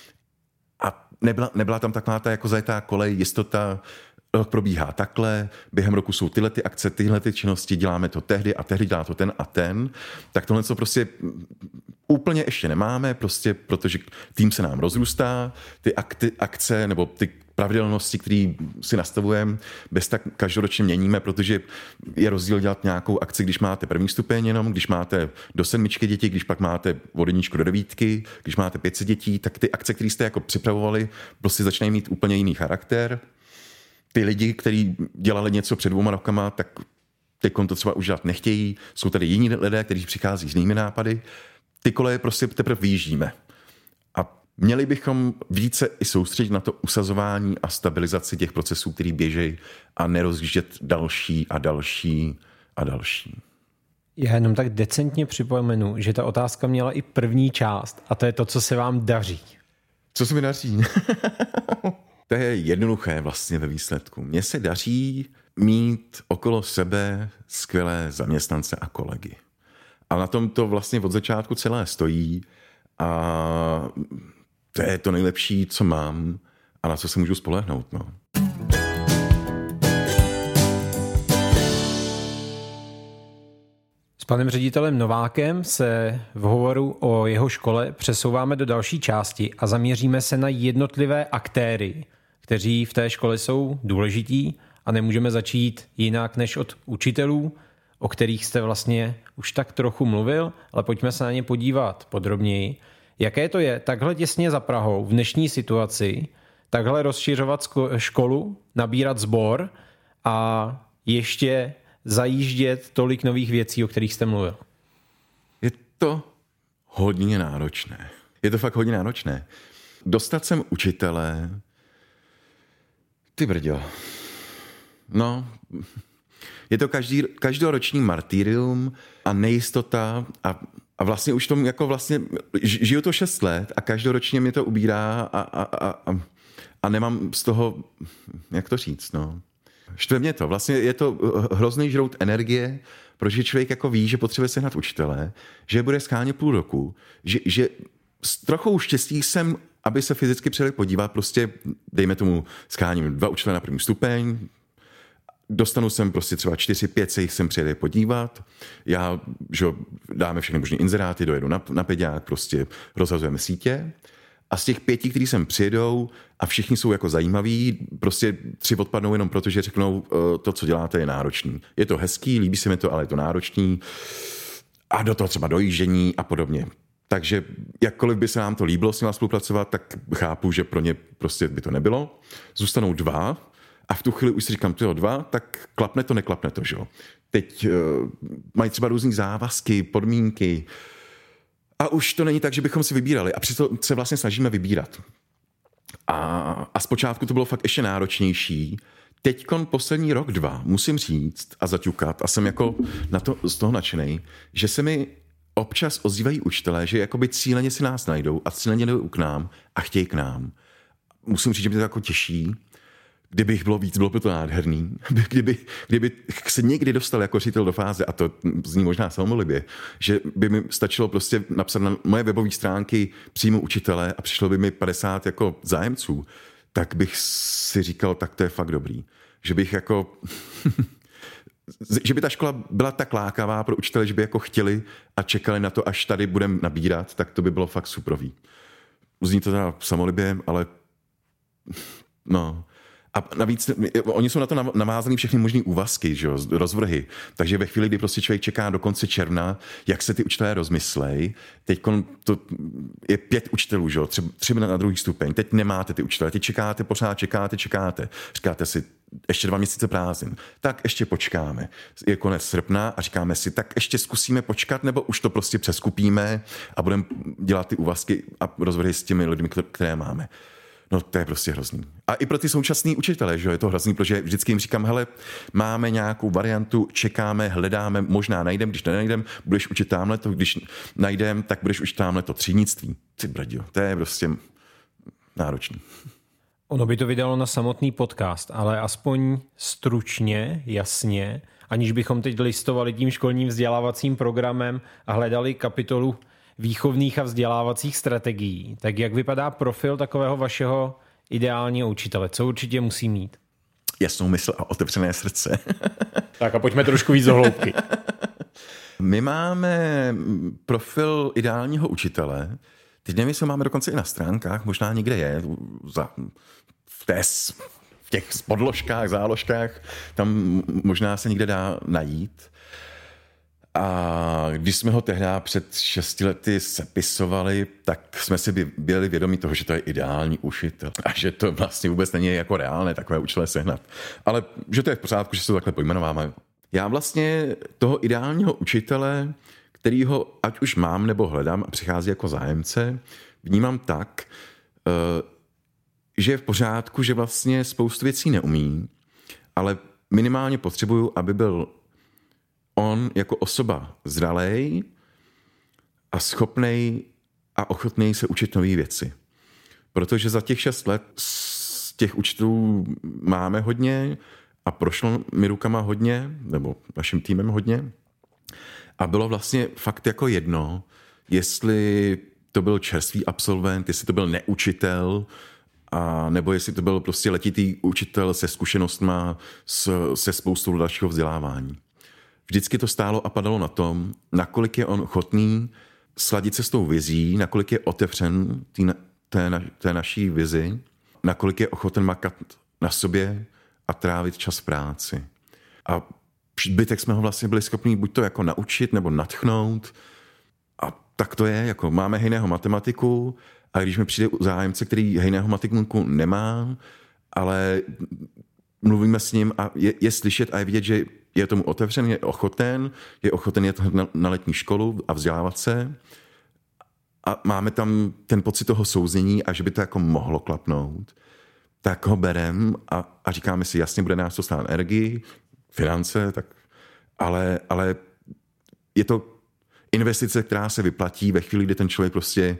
A nebyla, nebyla tam taková ta jako zajetá kolej, jistota, rok probíhá takhle, během roku jsou tyhle ty akce, tyhle ty činnosti, děláme to tehdy a tehdy dělá to ten a ten. Tak tohle co prostě úplně ještě nemáme, prostě protože tým se nám rozrůstá, ty akty, akce nebo ty pravidelnosti, které si nastavujeme, bez tak každoročně měníme, protože je rozdíl dělat nějakou akci, když máte první stupeň jenom, když máte do sedmičky děti, když pak máte od jedničky do devítky, když máte pět set dětí, tak ty akce, které jste jako připravovali, prostě začínají mít úplně jiný charakter. Ty lidi, kteří dělali něco před dvouma rokama, tak teď to třeba už dělat nechtějí, jsou tady jiní lidé, kteří přichází s jinými nápady. Ty koleje prostě teprve vyjíždíme. A měli bychom více i soustředit na to usazování a stabilizaci těch procesů, který běžejí a nerozjíždět další a další a další. Já jenom tak decentně připomenu, že ta otázka měla i první část a to je to, co se vám daří. Co se mi daří? To je jednoduché vlastně ve výsledku. Mně se daří mít okolo sebe skvělé zaměstnance a kolegy. A na tom to vlastně od začátku celé stojí a to je to nejlepší, co mám a na co se můžu spolehnout. No. S panem ředitelem Novákem se v hovoru o jeho škole přesouváme do další části a zaměříme se na jednotlivé aktéry, kteří v té škole jsou důležití a nemůžeme začít jinak než od učitelů, o kterých jste vlastně už tak trochu mluvil, ale pojďme se na ně podívat podrobněji. Jaké to je takhle těsně za Prahou v dnešní situaci, takhle rozšiřovat školu, nabírat sbor a ještě zajíždět tolik nových věcí, o kterých jste mluvil? Je to hodně náročné. Je to fakt hodně náročné. Dostat sem učitele, ty brďo. No, je to každý, každoroční martyrium a nejistota a, a vlastně už tom jako vlastně žiju to šest let a každoročně mě to ubírá a, a, a, a nemám z toho, jak to říct, no. Štve mě to. Vlastně je to hrozný žrout energie, protože člověk jako ví, že potřebuje sehnat učitele, že bude skáně půl roku, že, že s trochou štěstí jsem, aby se fyzicky přijeli podívat, prostě dejme tomu skáním dva učitele na první stupeň, dostanu sem prostě třeba čtyři, pět se jich sem přijeli podívat, já, že dáme všechny možné inzeráty, dojedu na, na peďák, prostě rozhazujeme sítě a z těch pěti, kteří sem přijedou a všichni jsou jako zajímaví, prostě tři odpadnou jenom proto, že řeknou, to, co děláte, je náročný. Je to hezký, líbí se mi to, ale je to náročný a do toho třeba dojíždění a podobně. Takže jakkoliv by se nám to líbilo s nimi spolupracovat, tak chápu, že pro ně prostě by to nebylo. Zůstanou dva a v tu chvíli už si říkám, tyjo, dva, tak klapne to, neklapne to, že jo. Teď uh, mají třeba různý závazky, podmínky a už to není tak, že bychom si vybírali a přesto se vlastně snažíme vybírat. A, a zpočátku to bylo fakt ještě náročnější. Teďkon poslední rok, dva, musím říct a zaťukat a jsem jako na to, z toho nadšenej, že se mi občas ozývají učitelé, že jakoby cíleně si nás najdou a cíleně jdou k nám a chtějí k nám. Musím říct, že mě to jako těší. Kdyby jich bylo víc, bylo by to nádherný. Kdyby, kdyby se někdy dostal jako ředitel do fáze, a to zní možná samolibě, že by mi stačilo prostě napsat na moje webové stránky přímo učitele a přišlo by mi padesát jako zájemců, tak bych si říkal, tak to je fakt dobrý. Že bych jako... že by ta škola byla tak lákavá pro učitele, že by jako chtěli a čekali na to, až tady budeme nabírat, tak to by bylo fakt superový. Zní to teda samolibě, ale no... A navíc, oni jsou na to navázaný všechny možný úvazky, že jo, rozvrhy. Takže ve chvíli, kdy prostě člověk čeká do konce června, jak se ty učitelé rozmyslej, teď to je pět učitelů, že jo, tři, tři na druhý stupeň, teď nemáte ty učitelé, teď čekáte, pořád čekáte, čekáte. Říkáte si, ještě dva měsíce prázdnin, tak ještě počkáme. Je konec srpna a říkáme si, tak ještě zkusíme počkat, nebo už to prostě přeskupíme a budeme dělat ty úvazky a rozvrhy s těmi lidmi, které máme. No to je prostě hrozný. A i pro ty současný učitele, že je to hrozný, protože vždycky jim říkám, hele, máme nějakou variantu, čekáme, hledáme, možná najdem, když nenajdem, budeš učit tamhle to, když najdem, tak budeš učit tamhle to třídnictví. Ty bradio, to je prostě náročný. Ono by to vydalo na samotný podcast, ale aspoň stručně, jasně, aniž bychom teď listovali tím školním vzdělávacím programem a hledali kapitolu výchovných a vzdělávacích strategií. Tak jak vypadá profil takového vašeho ideálního učitele? Co určitě musí mít? Jasnou mysl a otevřené srdce. Tak a pojďme trošku víc do hloubky. My máme profil ideálního učitele. Teď nevím, jestli máme dokonce i na stránkách, možná někde je, za, v, té, v těch podložkách, záložkách, tam možná se někde dá najít. A když jsme ho tehdy před šesti lety sepisovali, tak jsme si byli vědomi toho, že to je ideální učitel a že to vlastně vůbec není jako reálné takové učitele sehnat. Ale že to je v pořádku, že se to takhle pojmenováme. Já vlastně toho ideálního učitele, kterýho ať už mám nebo hledám a přichází jako zájemce, vnímám tak, že je v pořádku, že vlastně spoustu věcí neumí, ale minimálně potřebuju, aby byl on jako osoba zralej a schopnej a ochotnej se učit nové věci. Protože za těch šest let z těch učitelů máme hodně a prošlo mi rukama hodně, nebo naším týmem hodně. A bylo vlastně fakt jako jedno, jestli to byl čerstvý absolvent, jestli to byl neučitel, a nebo jestli to byl prostě letitý učitel se zkušenostma s, se spoustou dalšího vzdělávání. Vždycky to stálo a padalo na tom, nakolik je on ochotný sladit se s tou vizí, nakolik je otevřen tý, té, na, té naší vizi, nakolik je ochoten makat na sobě a trávit čas v práci. A zbytek jsme ho vlastně byli schopni buď to jako naučit nebo nadchnout. A tak to je, jako máme hejného matematiku a když mi přijde zájemce, který hejného matematiku nemá, ale mluvíme s ním a je, je slyšet a je vidět, že je tomu otevřen, je ochoten, je ochoten jet na, na letní školu a vzdělávat se. A máme tam ten pocit toho souznění a že by to jako mohlo klapnout. Tak ho berem a, a říkáme si, jasně, bude nás to stát energii, finance, tak, ale, ale je to investice, která se vyplatí ve chvíli, kdy ten člověk prostě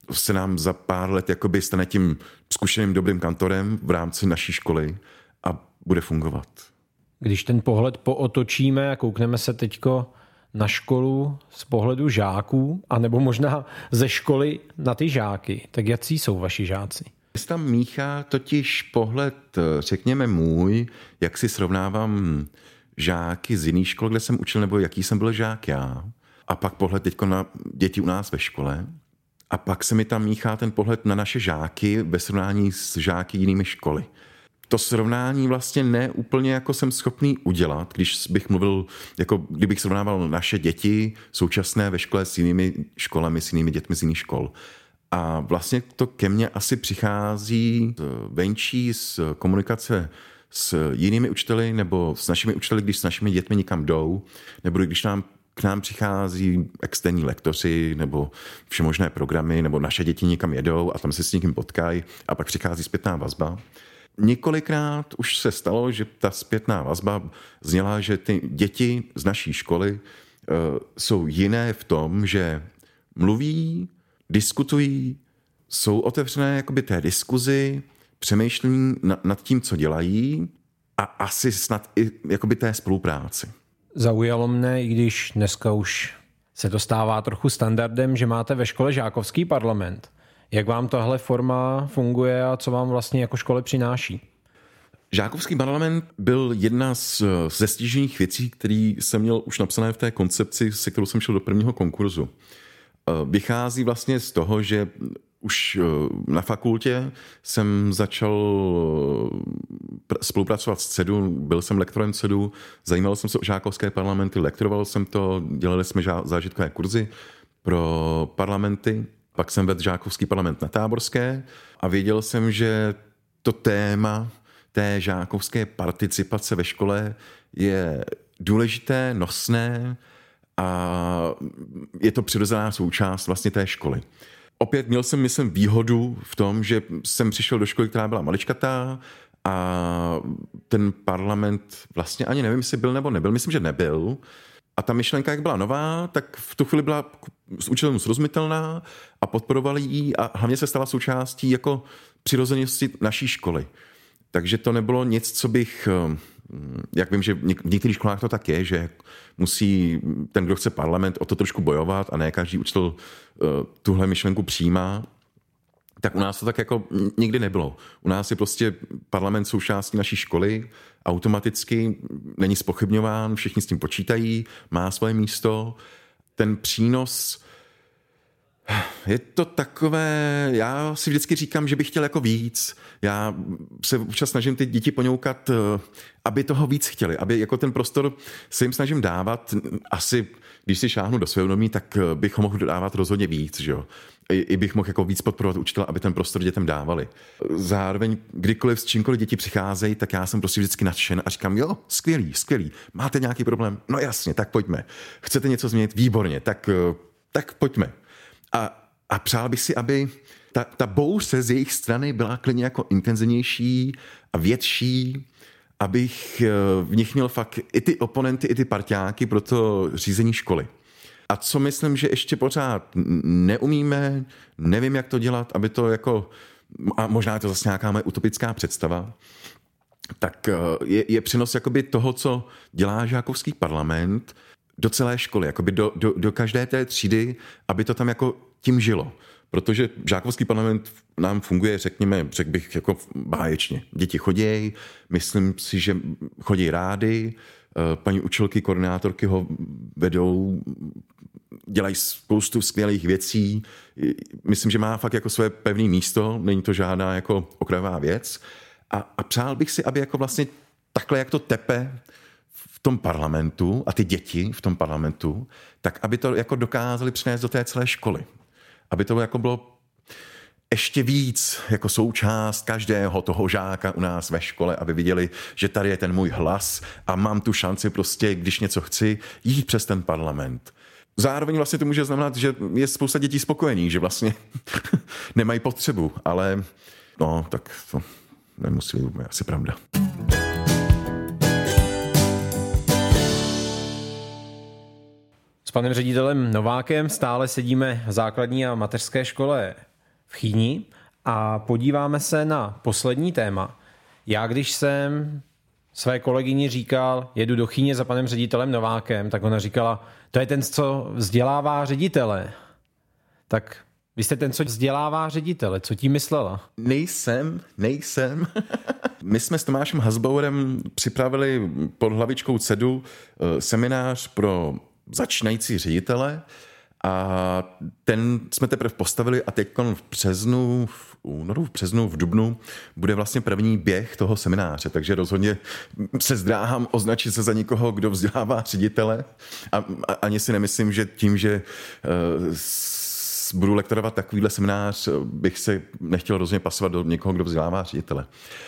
se nám za pár let jakoby stane tím zkušeným dobrým kantorem v rámci naší školy a bude fungovat. Když ten pohled pootočíme a koukneme se teďko na školu z pohledu žáků, anebo možná ze školy na ty žáky, tak jací jsou vaši žáci? Se tam míchá totiž pohled, řekněme můj, jak si srovnávám žáky z jiných škol, kde jsem učil, nebo jaký jsem byl žák já. A pak pohled teďko na děti u nás ve škole. A pak se mi tam míchá ten pohled na naše žáky ve srovnání s žáky jinými školy. To srovnání vlastně ne úplně jako jsem schopný udělat, když bych mluvil, jako kdybych srovnával naše děti současné ve škole s jinými školami, s jinými dětmi z jiných škol. A vlastně to ke mně asi přichází venčí z komunikace s jinými učiteli nebo s našimi učiteli, když s našimi dětmi někam jdou, nebo když nám k nám přichází externí lektoři nebo všemožné programy, nebo naše děti někam jedou a tam se s někým potkají a pak přichází zpětná vazba. Několikrát už se stalo, že ta zpětná vazba zněla, že ty děti z naší školy uh, jsou jiné v tom, že mluví, diskutují, jsou otevřené jakoby té diskuzi, přemýšlení nad tím, co dělají a asi snad i jakoby té spolupráci. Zaujalo mne, i když dneska už se to stává trochu standardem, že máte ve škole žákovský parlament. Jak vám tahle forma funguje a co vám vlastně jako škole přináší? Žákovský parlament byl jedna z, ze stěžejních věcí, který jsem měl už napsané v té koncepci, se kterou jsem šel do prvního konkurzu. Vychází vlastně z toho, že už na fakultě jsem začal spolupracovat s CEDu, byl jsem lektorem CEDu, zajímal jsem se o žákovské parlamenty, lektoroval jsem to, dělali jsme zážitkové kurzy pro parlamenty, pak jsem vedl žákovský parlament na Táborské a věděl jsem, že to téma té žákovské participace ve škole je důležité, nosné a je to přirozená součást vlastně té školy. Opět měl jsem, myslím, výhodu v tom, že jsem přišel do školy, která byla maličkatá a ten parlament vlastně ani nevím, jestli byl nebo nebyl, myslím, že nebyl. A ta myšlenka, jak byla nová, tak v tu chvíli byla s učitelům srozumitelná a podporovali ji a hlavně se stala součástí jako přirozenosti naší školy. Takže to nebylo nic, co bych, jak vím, že v některých školách to tak je, že musí ten, kdo chce parlament, o to trošku bojovat a ne každý učitel tuhle myšlenku přijímá. Tak u nás to tak jako nikdy nebylo. U nás je prostě parlament součástí naší školy, automaticky není zpochybňován, všichni s tím počítají, má svoje místo. Ten přínos, je to takové, já si vždycky říkám, že bych chtěl jako víc. Já se občas snažím ty děti poňoukat, aby toho víc chtěli, aby jako ten prostor se jim snažím dávat. Asi, když si šáhnu do svědomí, tak bych ho mohl dávat rozhodně víc, že jo. I, I bych mohl jako víc podporovat učitele, aby ten prostor dětem dávali. Zároveň, kdykoliv s čímkoliv děti přicházejí, tak já jsem prostě vždycky nadšen a říkám, jo, skvělý, skvělý, máte nějaký problém? No jasně, tak pojďme. Chcete něco změnit? Výborně, tak, tak pojďme. A, a přál bych si, aby ta, ta bouře z jejich strany byla klidně jako intenzivnější a větší, abych v nich měl fakt i ty oponenty, i ty parťáky pro to řízení školy. A co myslím, že ještě pořád neumíme, nevím, jak to dělat, aby to jako, a možná je to zase nějaká moje utopická představa, tak je, je přenos jakoby toho, co dělá žákovský parlament, do celé školy, jakoby do, do, do každé té třídy, aby to tam jako tím žilo. Protože žákovský parlament nám funguje, řekněme, řekl bych, jako báječně. Děti chodí, myslím si, že chodí rády, paní učitelky, koordinátorky ho vedou, dělají spoustu skvělých věcí. Myslím, že má fakt jako své pevné místo, není to žádná jako okrajová věc. A, a přál bych si, aby jako vlastně takhle, jak to tepe v tom parlamentu a ty děti v tom parlamentu, tak aby to jako dokázali přinést do té celé školy. Aby to jako bylo ještě víc jako součást každého toho žáka u nás ve škole, aby viděli, že tady je ten můj hlas a mám tu šanci prostě, když něco chci, jít přes ten parlament. Zároveň vlastně to může znamenat, že je spousta dětí spokojených, že vlastně nemají potřebu, ale no, tak to nemusí být asi pravda. S panem ředitelem Novákem stále sedíme v základní a mateřské škole v Chýni a podíváme se na poslední téma. Já když jsem své kolegyni říkal, jedu do Chýně za panem ředitelem Novákem, tak ona říkala, to je ten, co vzdělává ředitele. Tak vy jste ten, co vzdělává ředitele. Co tím myslela? Nejsem, nejsem. My jsme s Tomášem Hasbauerem připravili pod hlavičkou C E D U seminář pro začínající ředitele a ten jsme teprve postavili a teď v březnu, v únoru, v březnu, v dubnu bude vlastně první běh toho semináře, takže rozhodně se zdráhám označit se za někoho, kdo vzdělává ředitele a, a ani si nemyslím, že tím, že uh, budu lektorovat takovýhle seminář, bych se nechtěl rozhodně pasovat do někoho, kdo vzdělává ředitele.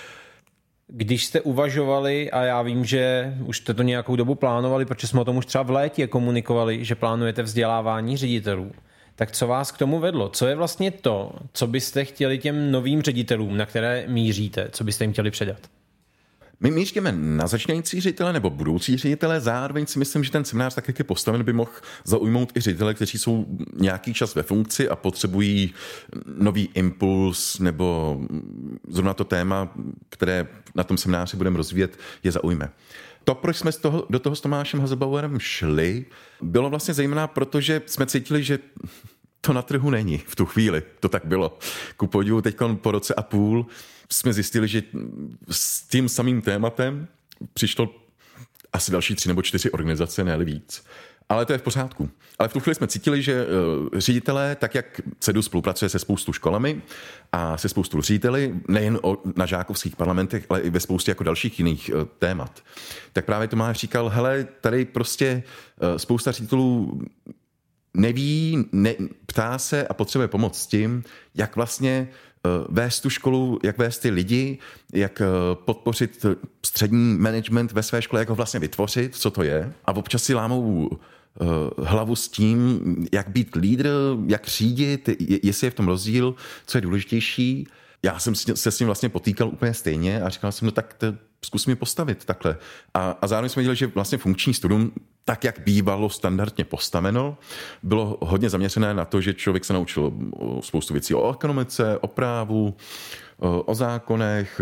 Když jste uvažovali, a já vím, že už jste to nějakou dobu plánovali, protože jsme o tom už třeba v létě komunikovali, že plánujete vzdělávání ředitelů, tak co vás k tomu vedlo? Co je vlastně to, co byste chtěli těm novým ředitelům, na které míříte, co byste jim chtěli předat? My míříme na začínající ředitele nebo budoucí ředitele, zároveň si myslím, že ten seminář, tak jak je postaven, by mohl zaujmout i ředitele, kteří jsou nějaký čas ve funkci a potřebují nový impuls nebo zrovna to téma, které na tom semináři budeme rozvíjet, je zaujme. To, proč jsme z toho, do toho s Tomášem Hasbauerem šli, bylo vlastně zejména proto, že jsme cítili, že to na trhu není v tu chvíli. To tak bylo. Ku podivu teď po roce a půl jsme zjistili, že s tím samým tématem přišlo asi další tři nebo čtyři organizace, ne-li víc. Ale to je v pořádku. Ale v tu chvíli jsme cítili, že ředitelé, tak jak C E D U spolupracuje se spoustu školami a se spoustu řediteli, nejen na žákovských parlamentech, ale i ve spoustě jako dalších jiných témat, tak právě Tomáš říkal, hele, tady prostě spousta ředitelů neví, ne, ptá se a potřebuje pomoct s tím, jak vlastně vést tu školu, jak vést ty lidi, jak podpořit střední management ve své škole, jak ho vlastně vytvořit, co to je. A občas si lámou hlavu s tím, jak být lídr, jak řídit, jestli je v tom rozdíl, co je důležitější. Já jsem se s tím vlastně potýkal úplně stejně a říkal jsem, no tak to zkus mi postavit takhle. A, a zároveň jsme viděli, že vlastně funkční studium, tak jak bývalo standardně postaveno, bylo hodně zaměřené na to, že člověk se naučil spoustu věcí o ekonomice, o právu, o zákonech,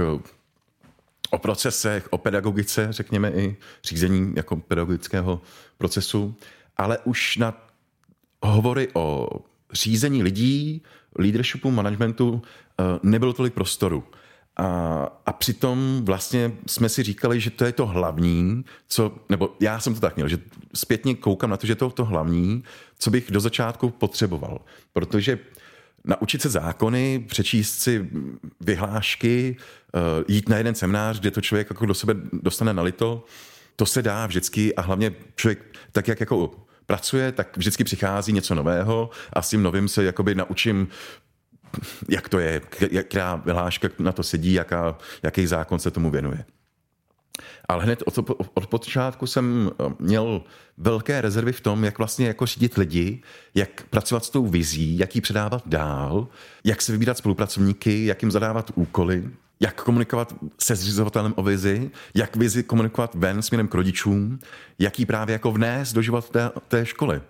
o procesech, o pedagogice, řekněme i řízení jako pedagogického procesu, ale už na hovory o řízení lidí, leadershipu, managementu nebylo tolik prostoru. A, a přitom vlastně jsme si říkali, že to je to hlavní, co, nebo já jsem to tak měl, že zpětně koukám na to, že to je to hlavní, co bych do začátku potřeboval. Protože naučit se zákony, přečíst si vyhlášky, jít na jeden seminář, kde to člověk jako do sebe dostane nalito, to se dá vždycky a hlavně člověk tak, jak jako pracuje, tak vždycky přichází něco nového a s tím novým se jakoby naučím, jak to je, jaká vyhláška na to sedí, jaká, jaký zákon se tomu věnuje. Ale hned od, od počátku jsem měl velké rezervy v tom, jak vlastně jako řídit lidi, jak pracovat s tou vizí, jak ji předávat dál, jak se vybírat spolupracovníky, jak jim zadávat úkoly, jak komunikovat se zřizovatelem o vizi, jak vizi komunikovat ven směrem k rodičům, jak ji právě jako vnést do života té, té školy.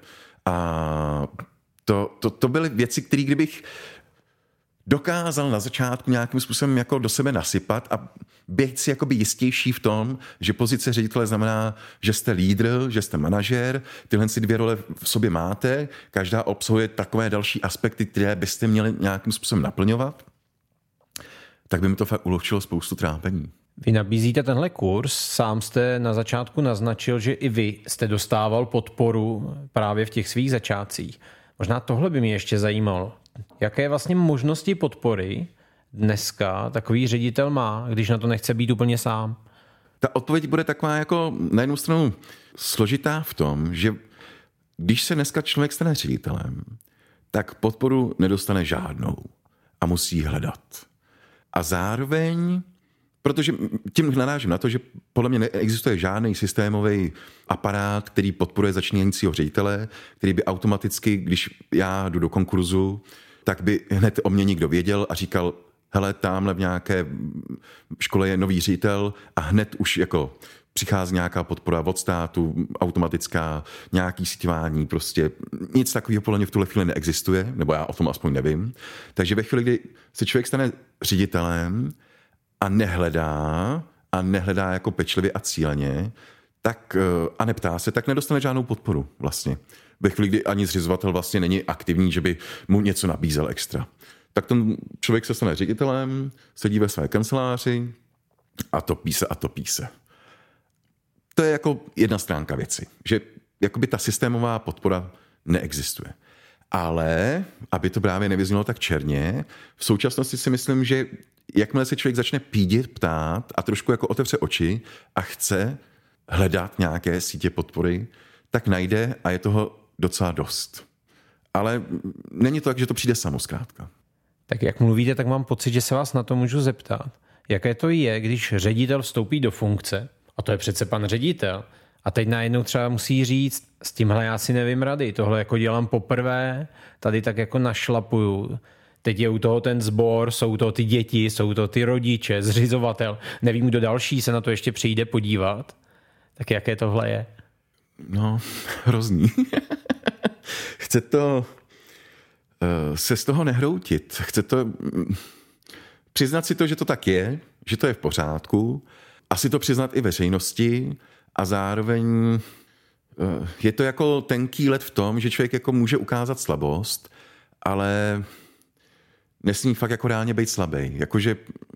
A to, to, to byly věci, které kdybych dokázal na začátku nějakým způsobem jako do sebe nasypat a být si jakoby jistější v tom, že pozice ředitele znamená, že jste lídr, že jste manažer, tyhle si dvě role v sobě máte, každá obsahuje takové další aspekty, které byste měli nějakým způsobem naplňovat, tak by mi to fakt ulehčilo spoustu trápení. Vy nabízíte tenhle kurz, sám jste na začátku naznačil, že i vy jste dostával podporu právě v těch svých začátcích. Možná tohle by mě ještě zajímalo. Jaké vlastně možnosti podpory dneska takový ředitel má, když na to nechce být úplně sám? Ta odpověď bude taková jako na jednu stranu složitá v tom, že když se dneska člověk stane ředitelem, tak podporu nedostane žádnou a musí hledat. A zároveň, protože tím narážím na to, že podle mě neexistuje žádný systémový aparát, který podporuje začínajícího ředitele, který by automaticky, když já jdu do konkurzu, tak by hned o mě někdo věděl a říkal, hele, tamhle v nějaké škole je nový ředitel a hned už jako přichází nějaká podpora od státu, automatická, nějaký síťování, prostě nic takového podle mě v tuhle chvíli neexistuje, nebo já o tom aspoň nevím. Takže ve chvíli, kdy se člověk stane ředitelem a nehledá, a nehledá jako pečlivě a cíleně, tak, a neptá se, tak nedostane žádnou podporu vlastně. Ve chvíli, kdy ani zřizovatel vlastně není aktivní, že by mu něco nabízel extra. Tak ten člověk se stane ředitelem, sedí ve své kanceláři a topí se a topí se. To je jako jedna stránka věci, že jakoby ta systémová podpora neexistuje. Ale, aby to právě nevyznělo tak černě, v současnosti si myslím, že jakmile se člověk začne pídit, ptát a trošku jako otevře oči a chce hledat nějaké sítě podpory, tak najde a je toho docela dost. Ale není to tak, že to přijde samo zkrátka. Tak jak mluvíte, tak mám pocit, že se vás na to můžu zeptat. Jaké to je, když ředitel vstoupí do funkce, a to je přece pan ředitel, a teď najednou třeba musí říct, s tímhle já si nevím rady, tohle jako dělám poprvé, tady tak jako našlapuju. Teď je u toho ten sbor, jsou to ty děti, jsou to ty rodiče, zřizovatel. Nevím, kdo další se na to ještě přijde podívat. Tak jaké tohle je? No, hrozný. Chce to uh, se z toho nehroutit. Chce to um, přiznat si to, že to tak je, že to je v pořádku. Asi to přiznat i veřejnosti a zároveň uh, je to jako tenký led v tom, že člověk jako může ukázat slabost, ale nesmí fakt jako reálně být slabý. Jakože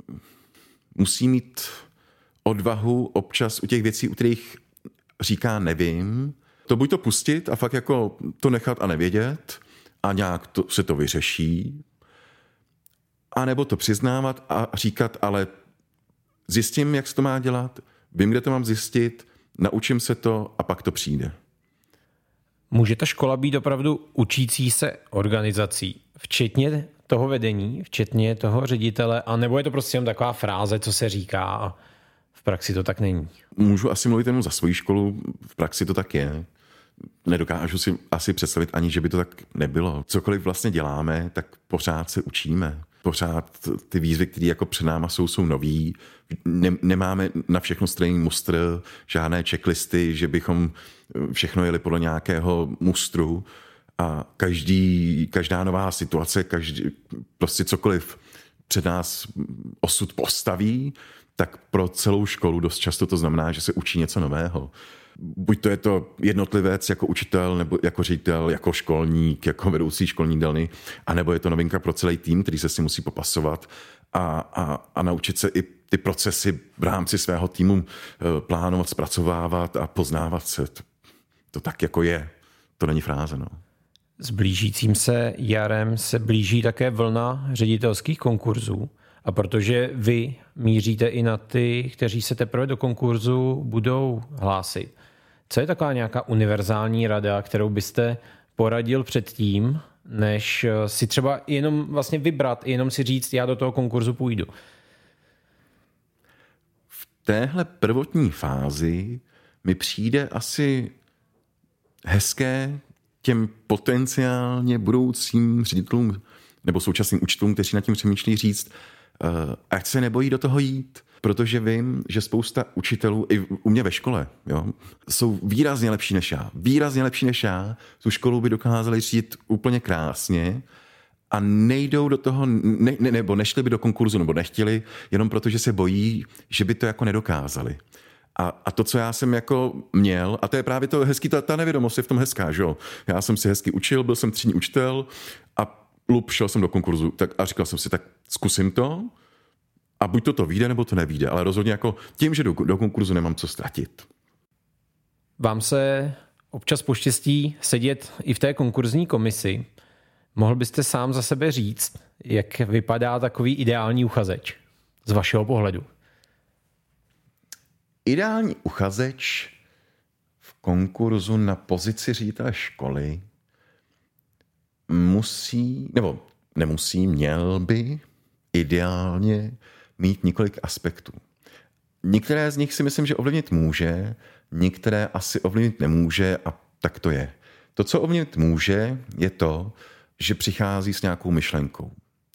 musí mít odvahu občas u těch věcí, u kterých říká nevím, to buď to pustit a fakt jako to nechat a nevědět a nějak to, se to vyřeší, a nebo to přiznávat a říkat, ale zjistím, jak se to má dělat, vím, kde to mám zjistit, naučím se to a pak to přijde. Může ta škola být opravdu učící se organizací, včetně toho vedení, včetně toho ředitele, a nebo je to prostě jen taková fráze, co se říká a v praxi to tak není? Můžu asi mluvit jenom za svoji školu, v praxi to tak je. Nedokážu si asi představit ani, že by to tak nebylo. Cokoliv vlastně děláme, tak pořád se učíme. Pořád ty výzvy, které jako před náma jsou, jsou nový. Ne, nemáme na všechno stejný mustr, žádné checklisty, že bychom všechno jeli podle nějakého mustru. A každý, každá nová situace, každý, prostě cokoliv před nás osud postaví, tak pro celou školu dost často to znamená, že se učí něco nového. Buď to je to jednotlivec jako učitel, nebo jako ředitel, jako školník, jako vedoucí školní jídelny, anebo je to novinka pro celý tým, který se si musí popasovat a, a, a naučit se i ty procesy v rámci svého týmu plánovat, zpracovávat a poznávat se. To, to tak jako je. To není fráze, no. S blížícím se jarem se blíží také vlna ředitelských konkurzů. A protože vy míříte i na ty, kteří se teprve do konkurzu budou hlásit, co je taková nějaká univerzální rada, kterou byste poradil před tím, než si třeba jenom vlastně vybrat, jenom si říct, já do toho konkurzu půjdu? V téhle prvotní fázi mi přijde asi hezké těm potenciálně budoucím ředitelům nebo současným učitelům, kteří nad tím přemýšlí, říct, uh, ať se nebojí do toho jít, protože vím, že spousta učitelů, i u mě ve škole, jo, jsou výrazně lepší než já. Výrazně lepší než já. Tu školu by dokázali říct úplně krásně a nejdou do toho, ne, ne, nebo nešli by do konkurzu, nebo nechtěli, jenom protože se bojí, že by to jako nedokázali. A, a to, co já jsem jako měl, a to je právě to hezký, ta, ta nevědomost je v tom hezká, že jo. Já jsem si hezky učil, byl jsem třídní učitel a lup, šel jsem do konkurzu tak, a říkal jsem si, tak zkusím to a buď to to vyjde, nebo to nevyjde, ale rozhodně jako tím, že do, do konkurzu nemám co ztratit. Vám se občas poštěstí sedět i v té konkurzní komisi. Mohl byste sám za sebe říct, jak vypadá takový ideální uchazeč z vašeho pohledu? Ideální uchazeč v konkurzu na pozici ředitele školy musí, nebo nemusí, měl by ideálně mít několik aspektů. Některé z nich si myslím, že ovlivnit může, některé asi ovlivnit nemůže a tak to je. To, co ovlivnit může, je to, že přichází s nějakou myšlenkou.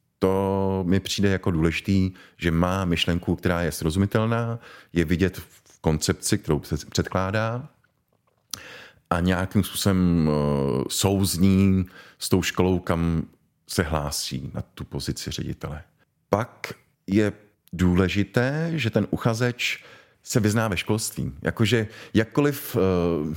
To mi přijde jako důležitý, že má myšlenku, která je srozumitelná, je vidět v koncepci, kterou předkládá a nějakým způsobem souzní s tou školou, kam se hlásí na tu pozici ředitele. Pak je důležité, že ten uchazeč se vyzná ve školství. Jakože jakkoliv uh,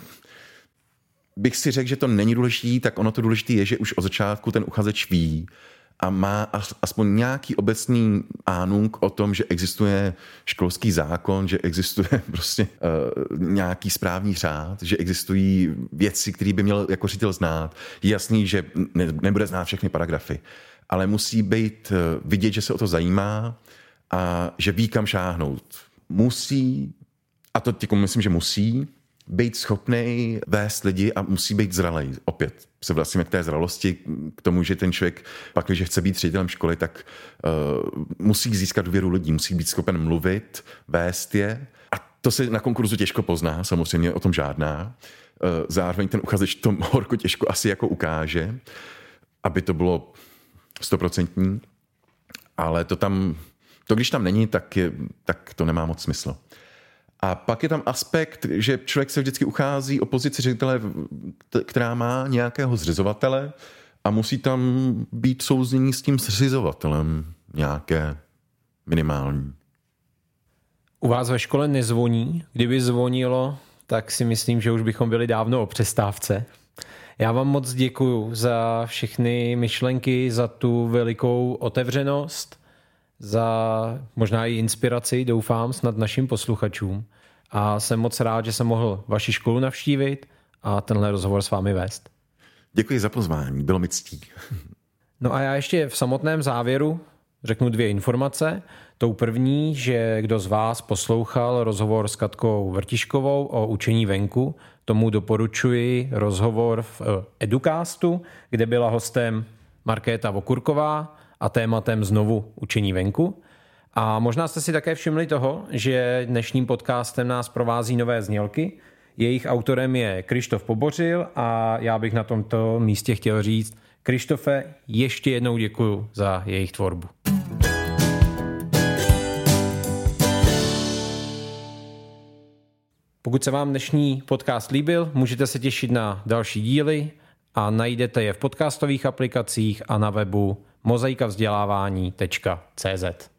bych si řekl, že to není důležitý, tak ono to důležité je, že už od začátku ten uchazeč ví a má aspoň nějaký obecný ánung o tom, že existuje školský zákon, že existuje prostě uh, nějaký správní řád, že existují věci, které by měl jako ředitel znát. Je jasný, že ne, nebude znát všechny paragrafy, ale musí být uh, vidět, že se o to zajímá a že ví, kam šáhnout. Musí, a to těko myslím, že musí, být schopnej vést lidi a musí být zralej. Opět se vracíme k té zralosti, k tomu, že ten člověk, pak, když chce být ředitelem školy, tak uh, musí získat důvěru lidí, musí být schopen mluvit, vést je. A to se na konkurzu těžko pozná, samozřejmě o tom žádná. Uh, zároveň ten uchazeč to horko těžko asi jako ukáže, aby to bylo stoprocentní. Ale to tam, to když tam není, tak, je, tak to nemá moc smysl. A pak je tam aspekt, že člověk se vždycky uchází o pozici ředitele, která má nějakého zřizovatele a musí tam být souznění s tím zřizovatelem nějaké minimální. U vás ve škole nezvoní? Kdyby zvonilo, tak si myslím, že už bychom byli dávno o přestávce. Já vám moc děkuju za všechny myšlenky, za tu velikou otevřenost, za možná i inspiraci, doufám, snad našim posluchačům. A jsem moc rád, že jsem mohl vaši školu navštívit a tenhle rozhovor s vámi vést. Děkuji za pozvání, bylo mi ctí. No a já ještě v samotném závěru řeknu dvě informace. Tou první, že kdo z vás poslouchal rozhovor s Katkou Vrtiškovou o učení venku, tomu doporučuji rozhovor v Educastu, kde byla hostem Markéta Vokurková a tématem znovu učení venku. A možná jste si také všimli toho, že dnešním podcastem nás provází nové znělky. Jejich autorem je Krištof Pobořil a já bych na tomto místě chtěl říct, Krištofe, ještě jednou děkuju za jejich tvorbu. Pokud se vám dnešní podcast líbil, můžete se těšit na další díly a najdete je v podcastových aplikacích a na webu mozaikavzdělávání tečka cé zet.